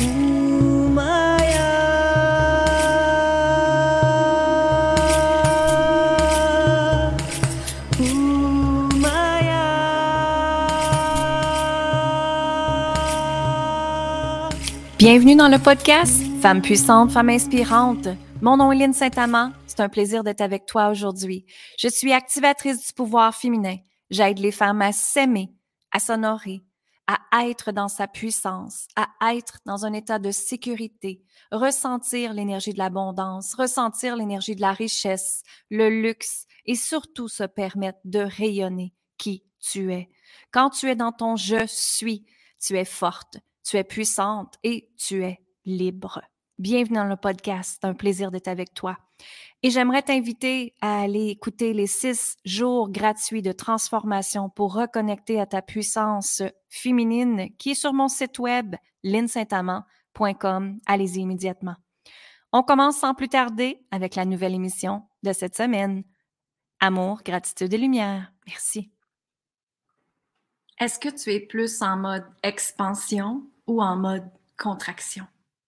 Bienvenue dans le podcast Femmes puissantes, femmes inspirantes. Mon nom est Lynne Saint-Amand. C'est un plaisir d'être avec toi aujourd'hui. Je suis activatrice du pouvoir féminin. J'aide les femmes à s'aimer, à s'honorer, à être dans sa puissance, à être dans un état de sécurité, ressentir l'énergie de l'abondance, ressentir l'énergie de la richesse, le luxe et surtout se permettre de rayonner qui tu es. Quand tu es dans ton « je suis », tu es forte. Tu es puissante et tu es libre. Bienvenue dans le podcast. C'est un plaisir d'être avec toi. Et j'aimerais t'inviter à aller écouter les 6 jours gratuits de transformation pour reconnecter à ta puissance féminine qui est sur mon site web lynnesaintamand.com. Allez-y immédiatement. On commence sans plus tarder avec la nouvelle émission de cette semaine. Amour, gratitude et lumière. Merci. Est-ce que tu es plus en mode expansion ou en mode contraction?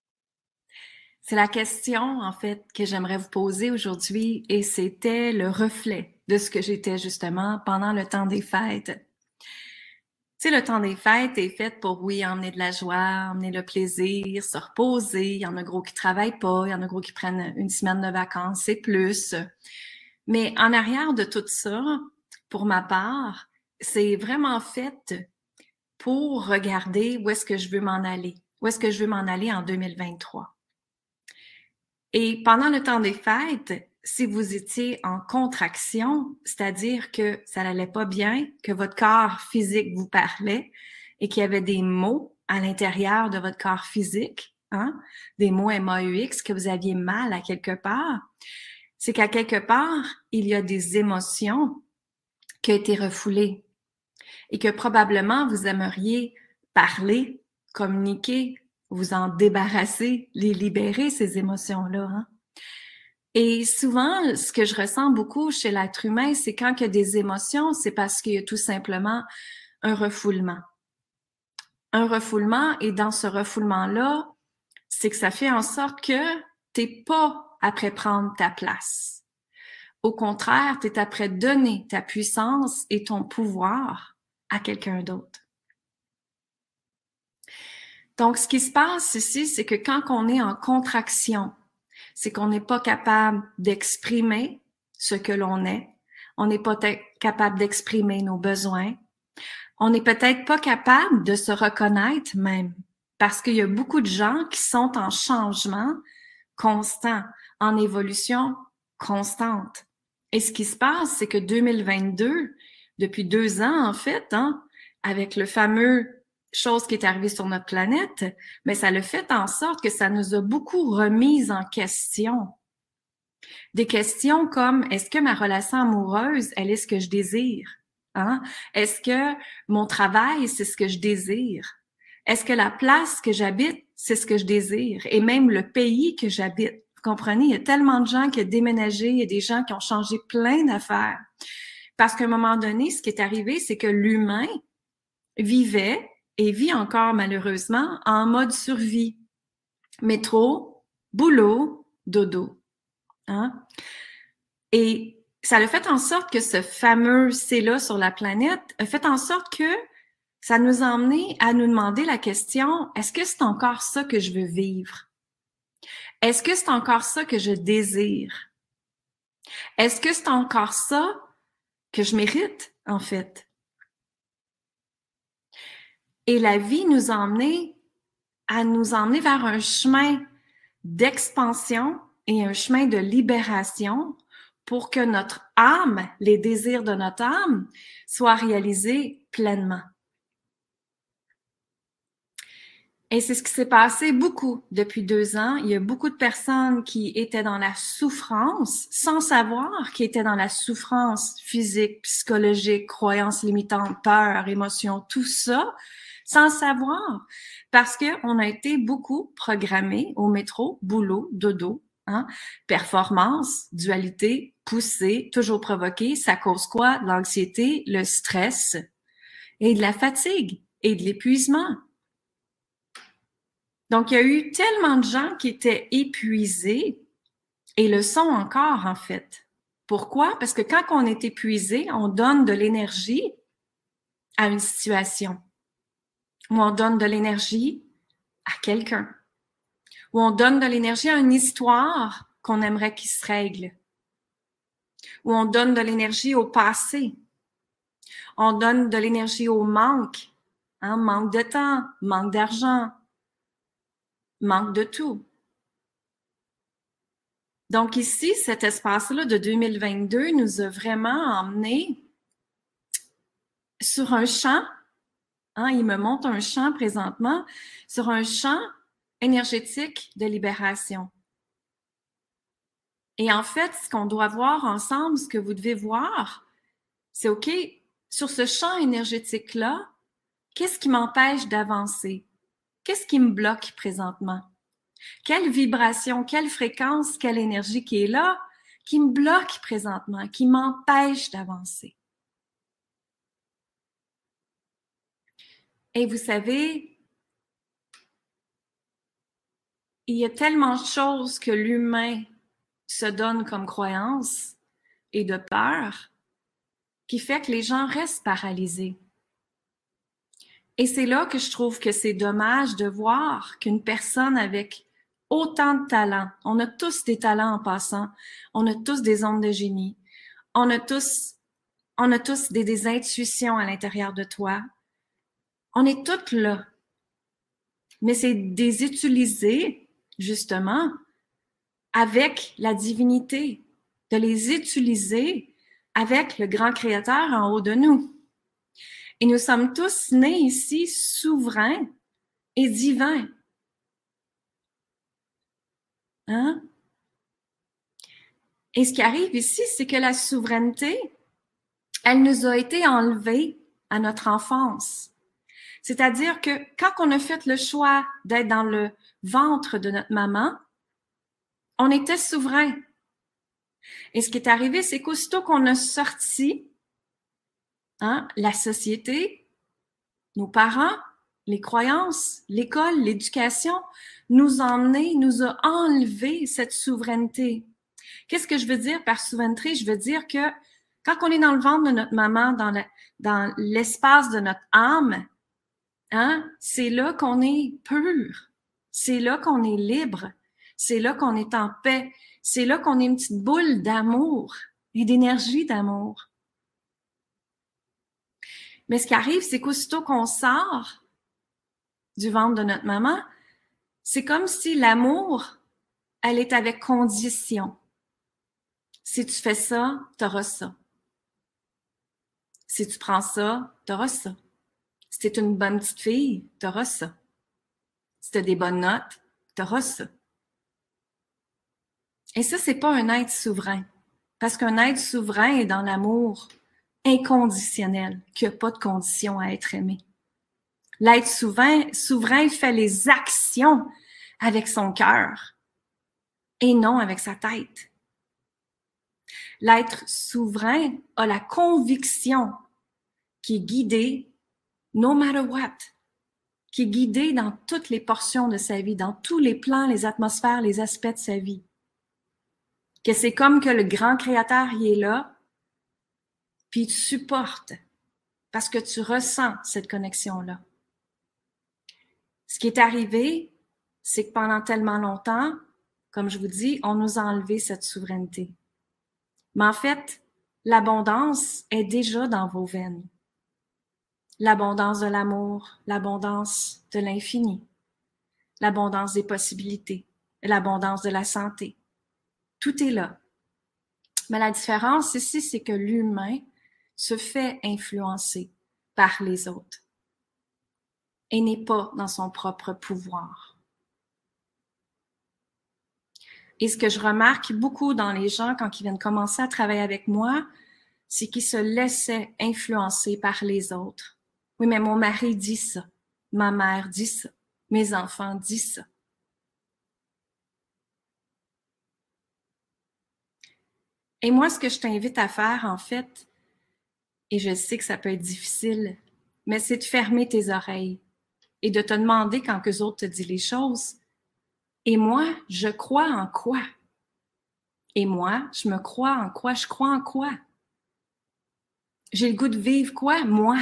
C'est la question, en fait, que j'aimerais vous poser aujourd'hui et c'était le reflet de ce que j'étais justement pendant le temps des fêtes. Tu sais, le temps des fêtes est fait pour, oui, emmener de la joie, emmener le plaisir, se reposer. Il y en a gros qui travaillent pas, il y en a gros qui prennent une semaine de vacances et plus. Mais en arrière de tout ça, pour ma part, c'est vraiment fait pour regarder où est-ce que je veux m'en aller. Où est-ce que je veux m'en aller en 2023. Et pendant le temps des fêtes, si vous étiez en contraction, c'est-à-dire que ça n'allait pas bien, que votre corps physique vous parlait et qu'il y avait des mots à l'intérieur de votre corps physique, des mots MAUX, que vous aviez mal à quelque part, c'est qu'à quelque part, il y a des émotions qui ont été refoulées et que probablement vous aimeriez parler, communiquer, vous en débarrasser, les libérer, ces émotions-là. Et souvent, ce que je ressens beaucoup chez l'être humain, c'est quand il y a des émotions, c'est parce qu'il y a tout simplement un refoulement. Un refoulement, et dans ce refoulement-là, c'est que ça fait en sorte que t'es pas après prendre ta place. Au contraire, tu es après donner ta puissance et ton pouvoir à quelqu'un d'autre. Donc, ce qui se passe ici, c'est que quand on est en contraction, c'est qu'on n'est pas capable d'exprimer ce que l'on est. On n'est pas capable d'exprimer nos besoins. On n'est peut-être pas capable de se reconnaître même, parce qu'il y a beaucoup de gens qui sont en changement constant, en évolution constante. Et ce qui se passe, c'est que 2022, depuis 2 ans en fait, avec le fameux chose qui est arrivée sur notre planète, mais ça le fait en sorte que ça nous a beaucoup remis en question. Des questions comme, est-ce que ma relation amoureuse, elle est ce que je désire? Est-ce que mon travail, c'est ce que je désire? Est-ce que la place que j'habite, c'est ce que je désire? Et même le pays que j'habite. Vous comprenez? Il y a tellement de gens qui ont déménagé, il y a des gens qui ont changé plein d'affaires. Parce qu'à un moment donné, ce qui est arrivé, c'est que l'humain vivait et vit encore malheureusement en mode survie. Métro, boulot, dodo. Et ça a fait en sorte que ce fameux C-là sur la planète a fait en sorte que ça nous a emmené à nous demander la question, est-ce que c'est encore ça que je veux vivre? Est-ce que c'est encore ça que je désire? Est-ce que c'est encore ça que je mérite, en fait? Et la vie nous a emmené à nous emmener vers un chemin d'expansion et un chemin de libération pour que notre âme, les désirs de notre âme, soient réalisés pleinement. Et c'est ce qui s'est passé beaucoup depuis 2 ans. Il y a beaucoup de personnes qui étaient dans la souffrance, sans savoir qu'ils étaient dans la souffrance physique, psychologique, croyances limitantes, peur, émotions, tout ça, sans savoir. Parce qu'on a été beaucoup programmés au métro, boulot, dodo, performance, dualité, poussée, toujours provoquée. Ça cause quoi? De l'anxiété, le stress et de la fatigue et de l'épuisement. Donc, il y a eu tellement de gens qui étaient épuisés et le sont encore, en fait. Pourquoi? Parce que quand on est épuisé, on donne de l'énergie à une situation, ou on donne de l'énergie à quelqu'un, ou on donne de l'énergie à une histoire qu'on aimerait qu'il se règle, ou on donne de l'énergie au passé, on donne de l'énergie au manque, hein, manque de temps, manque d'argent, manque de tout. Donc ici, cet espace-là de 2022 nous a vraiment emmenés sur un champ, hein, il me montre un champ présentement, sur un champ énergétique de libération. Et en fait, ce qu'on doit voir ensemble, ce que vous devez voir, c'est OK, sur ce champ énergétique-là, qu'est-ce qui m'empêche d'avancer? Qu'est-ce qui me bloque présentement? Quelle vibration, quelle fréquence, quelle énergie qui est là, qui me bloque présentement, qui m'empêche d'avancer? Et vous savez, il y a tellement de choses que l'humain se donne comme croyance et de peur qui fait que les gens restent paralysés. Et c'est là que je trouve que c'est dommage de voir qu'une personne avec autant de talents, on a tous des talents en passant, on a tous des ondes de génie, on a tous des intuitions à l'intérieur de toi. On est toutes là. Mais c'est des utiliser, justement, avec la divinité, de les utiliser avec le grand créateur en haut de nous. Et nous sommes tous nés ici souverains et divins. Hein? Et ce qui arrive ici, c'est que la souveraineté, elle nous a été enlevée à notre enfance. C'est-à-dire que quand on a fait le choix d'être dans le ventre de notre maman, on était souverain. Et ce qui est arrivé, c'est qu'aussitôt qu'on a sorti, hein, la société, nos parents, les croyances, l'école, l'éducation, nous a emmenés, nous a enlevé cette souveraineté. Qu'est-ce que je veux dire par souveraineté? Je veux dire que quand on est dans le ventre de notre maman, dans l'espace de notre âme, hein, c'est là qu'on est pur. C'est là qu'on est libre. C'est là qu'on est en paix. C'est là qu'on est une petite boule d'amour et d'énergie d'amour. Mais ce qui arrive, c'est qu'aussitôt qu'on sort du ventre de notre maman, c'est comme si l'amour, elle est avec condition. Si tu fais ça, t'auras ça. Si tu prends ça, t'auras ça. Si t'es une bonne petite fille, t'auras ça. Si t'as des bonnes notes, t'auras ça. Et ça, c'est pas un être souverain. Parce qu'un être souverain est dans l'amour inconditionnel, qui n'a pas de condition à être aimé. L'être souverain fait les actions avec son cœur et non avec sa tête. L'être souverain a la conviction qui est guidée no matter what, qui est guidée dans toutes les portions de sa vie, dans tous les plans, les atmosphères, les aspects de sa vie. Que c'est comme que le grand créateur y est là, puis il te supporte parce que tu ressens cette connexion-là. Ce qui est arrivé, c'est que pendant tellement longtemps, comme je vous dis, on nous a enlevé cette souveraineté. Mais en fait, l'abondance est déjà dans vos veines. L'abondance de l'amour, l'abondance de l'infini, l'abondance des possibilités, l'abondance de la santé. Tout est là. Mais la différence ici, c'est que l'humain se fait influencer par les autres et n'est pas dans son propre pouvoir. Et ce que je remarque beaucoup dans les gens quand ils viennent commencer à travailler avec moi, c'est qu'ils se laissaient influencer par les autres. Oui, mais mon mari dit ça, ma mère dit ça, mes enfants disent ça. Et moi, ce que je t'invite à faire, en fait, et je sais que ça peut être difficile, mais c'est de fermer tes oreilles et de te demander quand que autres te disent les choses. Et moi, je crois en quoi? Et moi, je me crois en quoi? Je crois en quoi? J'ai le goût de vivre quoi? Moi.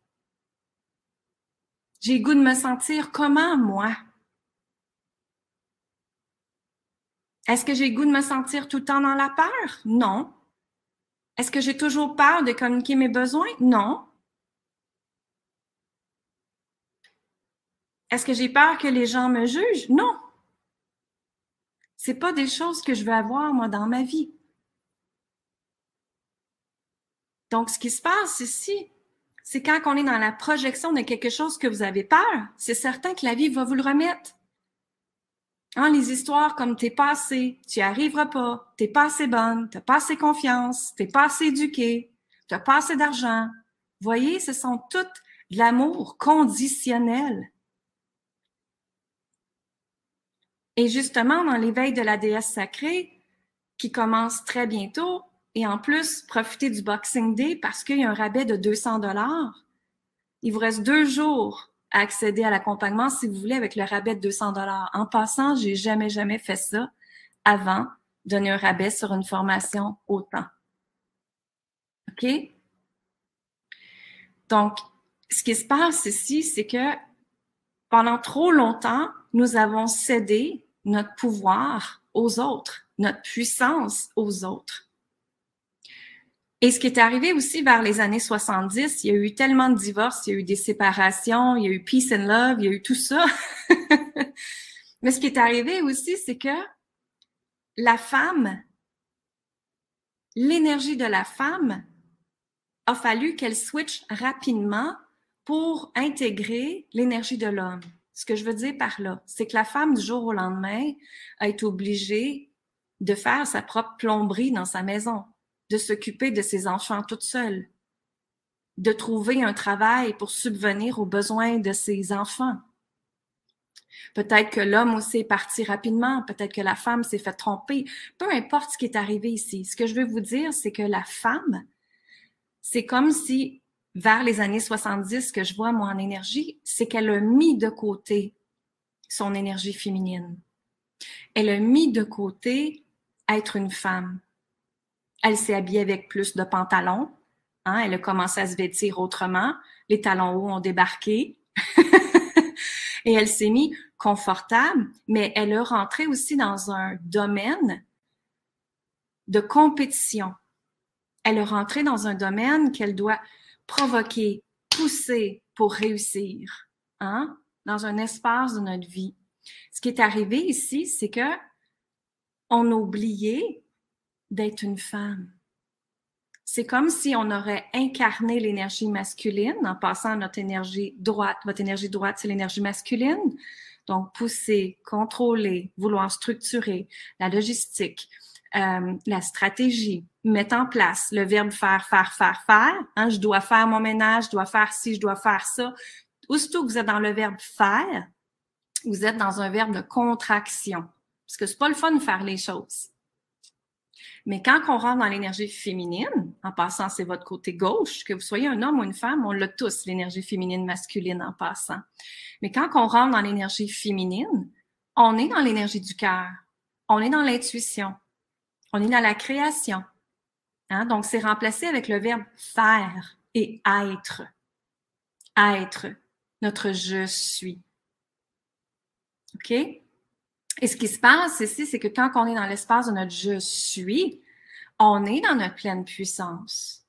J'ai le goût de me sentir comment? Moi. Est-ce que j'ai le goût de me sentir tout le temps dans la peur? Non. Est-ce que j'ai toujours peur de communiquer mes besoins? Non. Est-ce que j'ai peur que les gens me jugent? Non. C'est pas des choses que je veux avoir, moi, dans ma vie. Donc, ce qui se passe ici, c'est quand on est dans la projection de quelque chose que vous avez peur, c'est certain que la vie va vous le remettre. Hein, les histoires comme t'es pas assez, tu n'y arriveras pas, t'es pas assez bonne, t'as pas assez confiance, t'es pas assez éduqué, t'as pas assez d'argent. Vous voyez, ce sont toutes de l'amour conditionnel. Et justement, dans l'éveil de la déesse sacrée, qui commence très bientôt, et en plus, profitez du Boxing Day parce qu'il y a un rabais de 200 $. Il vous reste 2 jours à accéder à l'accompagnement si vous voulez avec le rabais de 200 $. En passant, j'ai jamais fait ça avant, donner un rabais sur une formation autant. OK? Donc, ce qui se passe ici, c'est que pendant trop longtemps, nous avons cédé notre pouvoir aux autres, notre puissance aux autres. Et ce qui est arrivé aussi vers les années 70, il y a eu tellement de divorces, il y a eu des séparations, il y a eu peace and love, il y a eu tout ça. Mais ce qui est arrivé aussi, c'est que la femme, l'énergie de la femme, a fallu qu'elle switch rapidement pour intégrer l'énergie de l'homme. Ce que je veux dire par là, c'est que la femme, du jour au lendemain, a été obligée de faire sa propre plomberie dans sa maison, de s'occuper de ses enfants toute seule, de trouver un travail pour subvenir aux besoins de ses enfants. Peut-être que l'homme aussi est parti rapidement, peut-être que la femme s'est fait tromper. Peu importe ce qui est arrivé ici. Ce que je veux vous dire, c'est que la femme, c'est comme si, vers les années 70, que je vois moi en énergie, c'est qu'elle a mis de côté son énergie féminine. Elle a mis de côté être une femme. Elle s'est habillée avec plus de pantalons. Hein, elle a commencé à se vêtir autrement. Les talons hauts ont débarqué. Et elle s'est mise confortable, mais elle a rentré aussi dans un domaine de compétition. Elle est rentrée dans un domaine qu'elle doit provoquer, pousser pour réussir, hein, dans un espace de notre vie. Ce qui est arrivé ici, c'est que on a oublié d'être une femme. C'est comme si on aurait incarné l'énergie masculine en passant à notre énergie droite. Votre énergie droite, c'est l'énergie masculine. Donc, pousser, contrôler, vouloir structurer, la logistique, la stratégie, mettre en place le verbe faire. Hein, je dois faire mon ménage, je dois faire ci, je dois faire ça. Aussitôt que vous êtes dans le verbe faire, vous êtes dans un verbe de contraction. Parce que c'est pas le fun de faire les choses. Mais quand on rentre dans l'énergie féminine, en passant, c'est votre côté gauche, que vous soyez un homme ou une femme, on l'a tous, l'énergie féminine, masculine en passant. Mais quand on rentre dans l'énergie féminine, on est dans l'énergie du cœur, on est dans l'intuition, on est dans la création. Hein? Donc, c'est remplacé avec le verbe faire et être. Être, notre je suis. OK? Et ce qui se passe ici, c'est que quand on est dans l'espace de notre je suis, on est dans notre pleine puissance.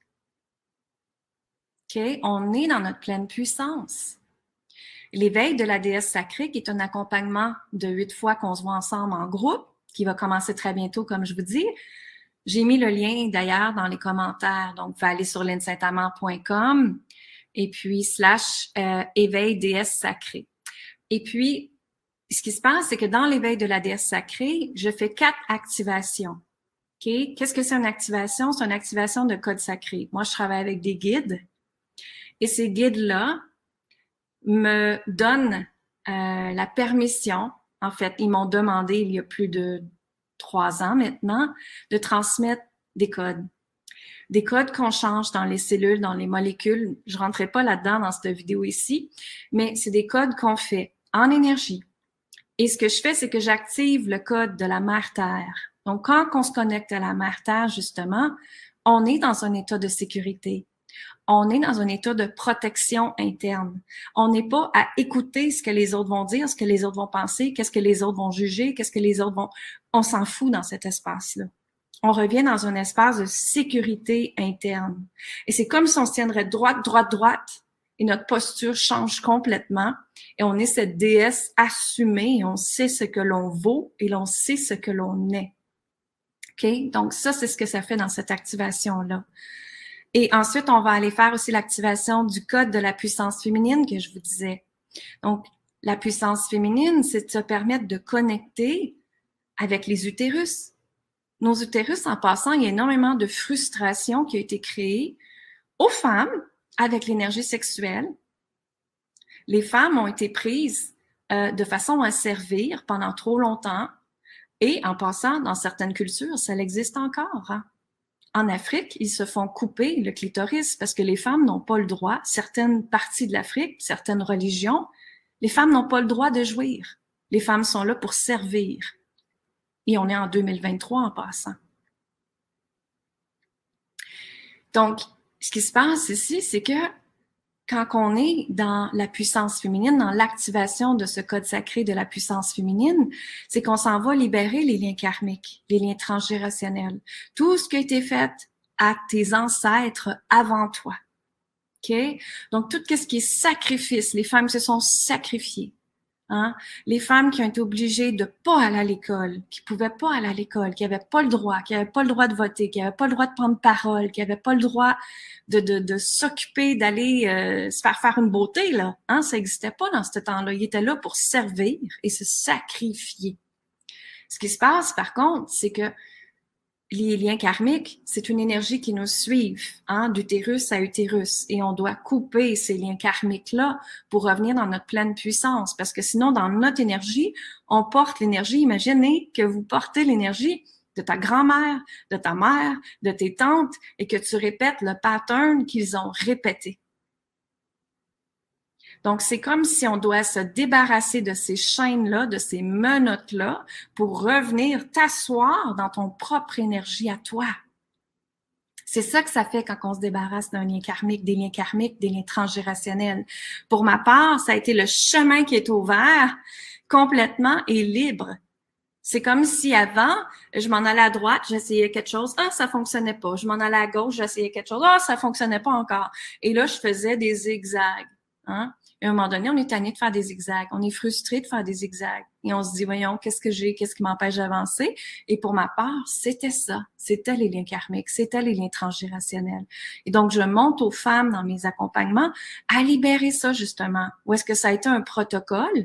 OK? On est dans notre pleine puissance. L'éveil de la déesse sacrée, qui est un accompagnement de 8 fois qu'on se voit ensemble en groupe, qui va commencer très bientôt, comme je vous dis. J'ai mis le lien d'ailleurs dans les commentaires. Donc, vous pouvez aller sur linsaintamant.com et puis / éveil déesse sacrée. Et puis, ce qui se passe, c'est que dans l'éveil de la déesse sacrée, je fais 4 activations. OK? Qu'est-ce que c'est une activation? C'est une activation de code sacré. Moi, je travaille avec des guides. Et ces guides-là me donnent la permission. En fait, ils m'ont demandé, il y a plus de 3 ans maintenant, de transmettre des codes. des codes qu'on change dans les cellules, dans les molécules. Je rentrerai pas là-dedans dans cette vidéo ici, mais c'est des codes qu'on fait en énergie. Et ce que je fais, c'est que j'active le code de la Mère Terre. Donc, quand on se connecte à la Mère Terre, justement, on est dans un état de sécurité. On est dans un état de protection interne. On n'est pas à écouter ce que les autres vont dire, ce que les autres vont penser, qu'est-ce que les autres vont juger, qu'est-ce que les autres vont... On s'en fout dans cet espace-là. On revient dans un espace de sécurité interne. Et c'est comme si on se tiendrait droite, droite, droite, et notre posture change complètement, et on est cette déesse assumée, et on sait ce que l'on vaut, et l'on sait ce que l'on est. OK? Donc ça, c'est ce que ça fait dans cette activation-là. Et ensuite, on va aller faire aussi l'activation du code de la puissance féminine que je vous disais. Donc, la puissance féminine, c'est de se permettre de connecter avec les utérus. Nos utérus, en passant, il y a énormément de frustration qui a été créée aux femmes avec l'énergie sexuelle. Les femmes ont été prises de façon à servir pendant trop longtemps. Et en passant, dans certaines cultures, ça existe encore, hein? En Afrique, ils se font couper le clitoris parce que les femmes n'ont pas le droit, certaines parties de l'Afrique, certaines religions, les femmes n'ont pas le droit de jouir. Les femmes sont là pour servir. Et on est en 2023 en passant. Donc, ce qui se passe ici, c'est que quand on est dans la puissance féminine, dans l'activation de ce code sacré de la puissance féminine, c'est qu'on s'en va libérer les liens karmiques, les liens transgénérationnels, tout ce qui a été fait à tes ancêtres avant toi. OK? Donc, tout ce qui est sacrifice, les femmes se sont sacrifiées. Hein? Les femmes qui ont été obligées de pas aller à l'école, qui pouvaient pas aller à l'école, qui avaient pas le droit, qui avaient pas le droit de voter, qui avaient pas le droit de prendre parole, qui avaient pas le droit de s'occuper d'aller se faire une beauté, là. Hein? Ça n'existait pas dans ce temps-là. Ils étaient là pour servir et se sacrifier. Ce qui se passe, par contre, c'est que les liens karmiques, c'est une énergie qui nous suit, hein, d'utérus à utérus. Et on doit couper ces liens karmiques-là pour revenir dans notre pleine puissance. Parce que sinon, dans notre énergie, on porte l'énergie. Imaginez que vous portez l'énergie de ta grand-mère, de ta mère, de tes tantes, et que tu répètes le pattern qu'ils ont répété. Donc, c'est comme si on doit se débarrasser de ces chaînes-là, de ces menottes-là, pour revenir t'asseoir dans ton propre énergie à toi. C'est ça que ça fait quand on se débarrasse d'un lien karmique, des liens transgénérationnels. Pour ma part, ça a été le chemin qui est ouvert complètement et libre. C'est comme si avant, je m'en allais à droite, j'essayais quelque chose, ça fonctionnait pas. Je m'en allais à gauche, j'essayais quelque chose, ça fonctionnait pas encore. Et là, je faisais des zigzags. Hein? Et à un moment donné, on est tanné de faire des zigzags. On est frustré de faire des zigzags. Et on se dit, voyons, qu'est-ce qui m'empêche d'avancer? Et pour ma part, c'était ça. C'était les liens karmiques. C'était les liens transgénérationnels. Et donc, je montre aux femmes dans mes accompagnements à libérer ça, justement. Où est-ce que ça a été un protocole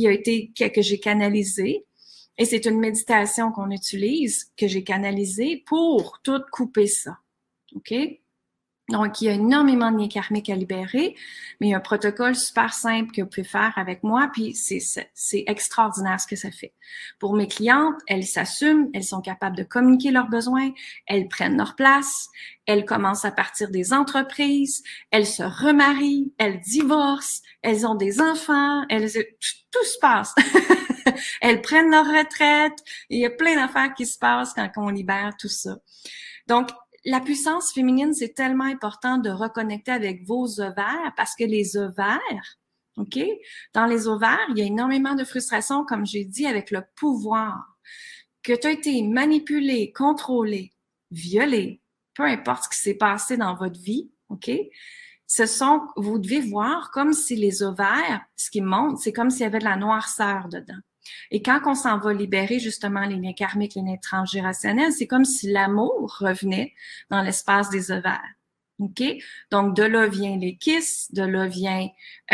que j'ai canalisé. Et c'est une méditation qu'on utilise, que j'ai canalisée pour tout couper ça. OK? Donc, il y a énormément de liens karmiques à libérer, mais il y a un protocole super simple que vous pouvez faire avec moi, puis c'est extraordinaire ce que ça fait. Pour mes clientes, elles s'assument, elles sont capables de communiquer leurs besoins, elles prennent leur place, elles commencent à partir des entreprises, elles se remarient, elles divorcent, elles ont des enfants, tout se passe. Elles prennent leur retraite, il y a plein d'affaires qui se passent quand on libère tout ça. Donc, la puissance féminine, c'est tellement important de reconnecter avec vos ovaires parce que les ovaires, OK? Dans les ovaires, il y a énormément de frustration, comme j'ai dit, avec le pouvoir. Que tu as été manipulé, contrôlé, violé, peu importe ce qui s'est passé dans votre vie, OK? Vous devez voir comme si les ovaires, ce qui monte, c'est comme s'il y avait de la noirceur dedans. Et quand on s'en va libérer justement les liens karmiques, les liens transgénérationnels, c'est comme si l'amour revenait dans l'espace des ovaires. OK? Donc, de là vient les kisses, de là vient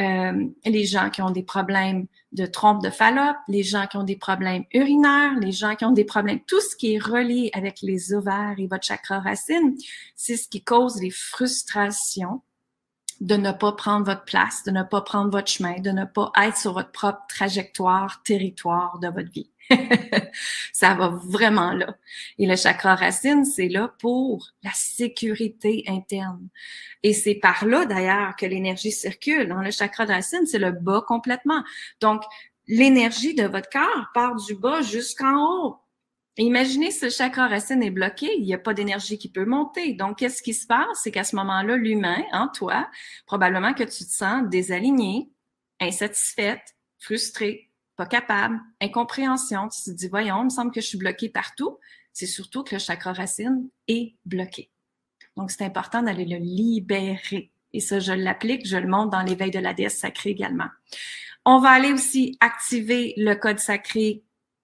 les gens qui ont des problèmes de trompe de Fallope, les gens qui ont des problèmes urinaires, les gens qui ont des problèmes, tout ce qui est relié avec les ovaires et votre chakra racine, c'est ce qui cause les frustrations de ne pas prendre votre place, de ne pas prendre votre chemin, de ne pas être sur votre propre trajectoire, territoire de votre vie. Ça va vraiment là. Et le chakra racine, c'est là pour la sécurité interne. Et c'est par là, d'ailleurs, que l'énergie circule. Dans le chakra racine, c'est le bas complètement. Donc, l'énergie de votre corps part du bas jusqu'en haut. Imaginez si le chakra racine est bloqué, il n'y a pas d'énergie qui peut monter. Donc, qu'est-ce qui se passe? C'est qu'à ce moment-là, l'humain, en toi, probablement que tu te sens désaligné, insatisfaite, frustré, pas capable, incompréhension. Tu te dis, voyons, il me semble que je suis bloqué partout. C'est surtout que le chakra racine est bloqué. Donc, c'est important d'aller le libérer. Et ça, je l'applique, je le montre dans l'éveil de la déesse sacrée également. On va aller aussi activer le code sacré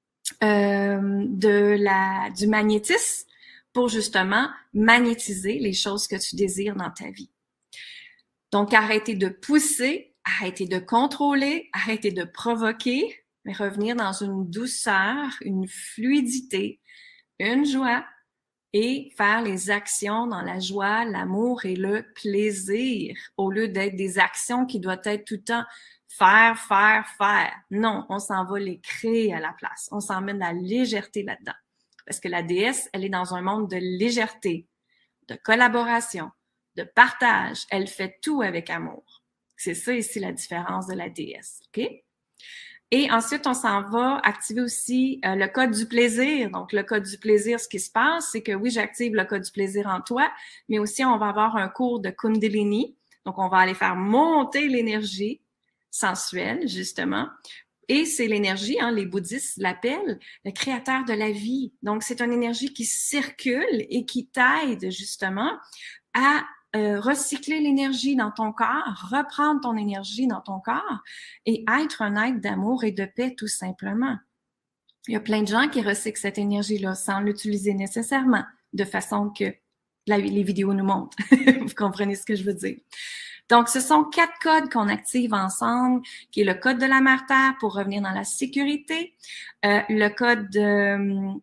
du magnétisme pour justement magnétiser les choses que tu désires dans ta vie. Donc, arrêtez de pousser, arrêtez de contrôler, arrêtez de provoquer, mais revenir dans une douceur, une fluidité, une joie et faire les actions dans la joie, l'amour et le plaisir au lieu d'être des actions qui doivent être tout le temps faire, faire, faire. Non, on s'en va les créer à la place. On s'emmène la légèreté là-dedans. Parce que la déesse, elle est dans un monde de légèreté, de collaboration, de partage. Elle fait tout avec amour. C'est ça ici la différence de la déesse. OK? Et ensuite, on s'en va activer aussi le code du plaisir. Donc, le code du plaisir, ce qui se passe, c'est que oui, j'active le code du plaisir en toi, mais aussi on va avoir un cours de Kundalini. Donc, on va aller faire monter l'énergie sensuelle, justement. Et c'est l'énergie, hein, les bouddhistes l'appellent le créateur de la vie. Donc, c'est une énergie qui circule et qui t'aide justement à recycler l'énergie dans ton corps, reprendre ton énergie dans ton corps et être un être d'amour et de paix tout simplement. Il y a plein de gens qui recyclent cette énergie-là sans l'utiliser nécessairement de façon que les vidéos nous montrent. Vous comprenez ce que je veux dire? Donc, ce sont 4 codes qu'on active ensemble, qui est le code de la Mère Terre pour revenir dans la sécurité, le code de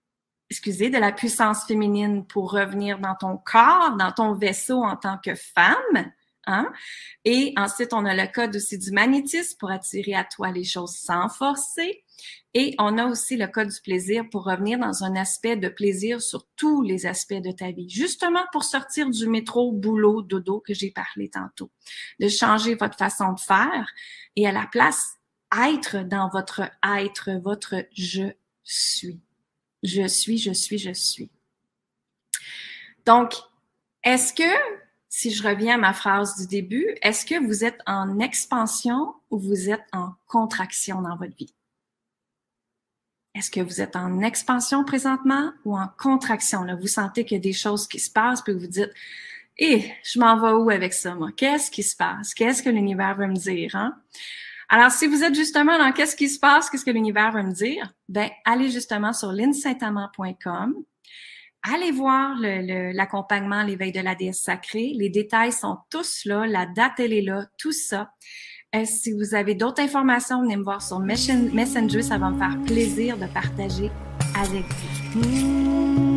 la puissance féminine pour revenir dans ton corps, dans ton vaisseau en tant que femme. Hein? Et ensuite, on a le code aussi du magnétisme pour attirer à toi les choses sans forcer. Et on a aussi le code du plaisir pour revenir dans un aspect de plaisir sur tous les aspects de ta vie. Justement pour sortir du métro, boulot, dodo que j'ai parlé tantôt. De changer votre façon de faire et à la place, être dans votre être, votre je suis. Je suis, je suis, je suis. Donc, est-ce que, si je reviens à ma phrase du début, est-ce que vous êtes en expansion ou vous êtes en contraction dans votre vie? Est-ce que vous êtes en expansion présentement ou en contraction? Là, vous sentez qu'il y a des choses qui se passent puis vous dites « je m'en vais où avec ça, moi? Qu'est-ce qui se passe? Qu'est-ce que l'univers veut me dire? » Hein? Alors, si vous êtes justement dans qu'est-ce qui se passe, qu'est-ce que l'univers veut me dire, ben allez justement sur linsaintamant.com. Allez voir l'accompagnement, l'éveil de la déesse sacrée. Les détails sont tous là, la date, elle est là, tout ça. Si vous avez d'autres informations, venez me voir sur Messenger, ça va me faire plaisir de partager avec vous.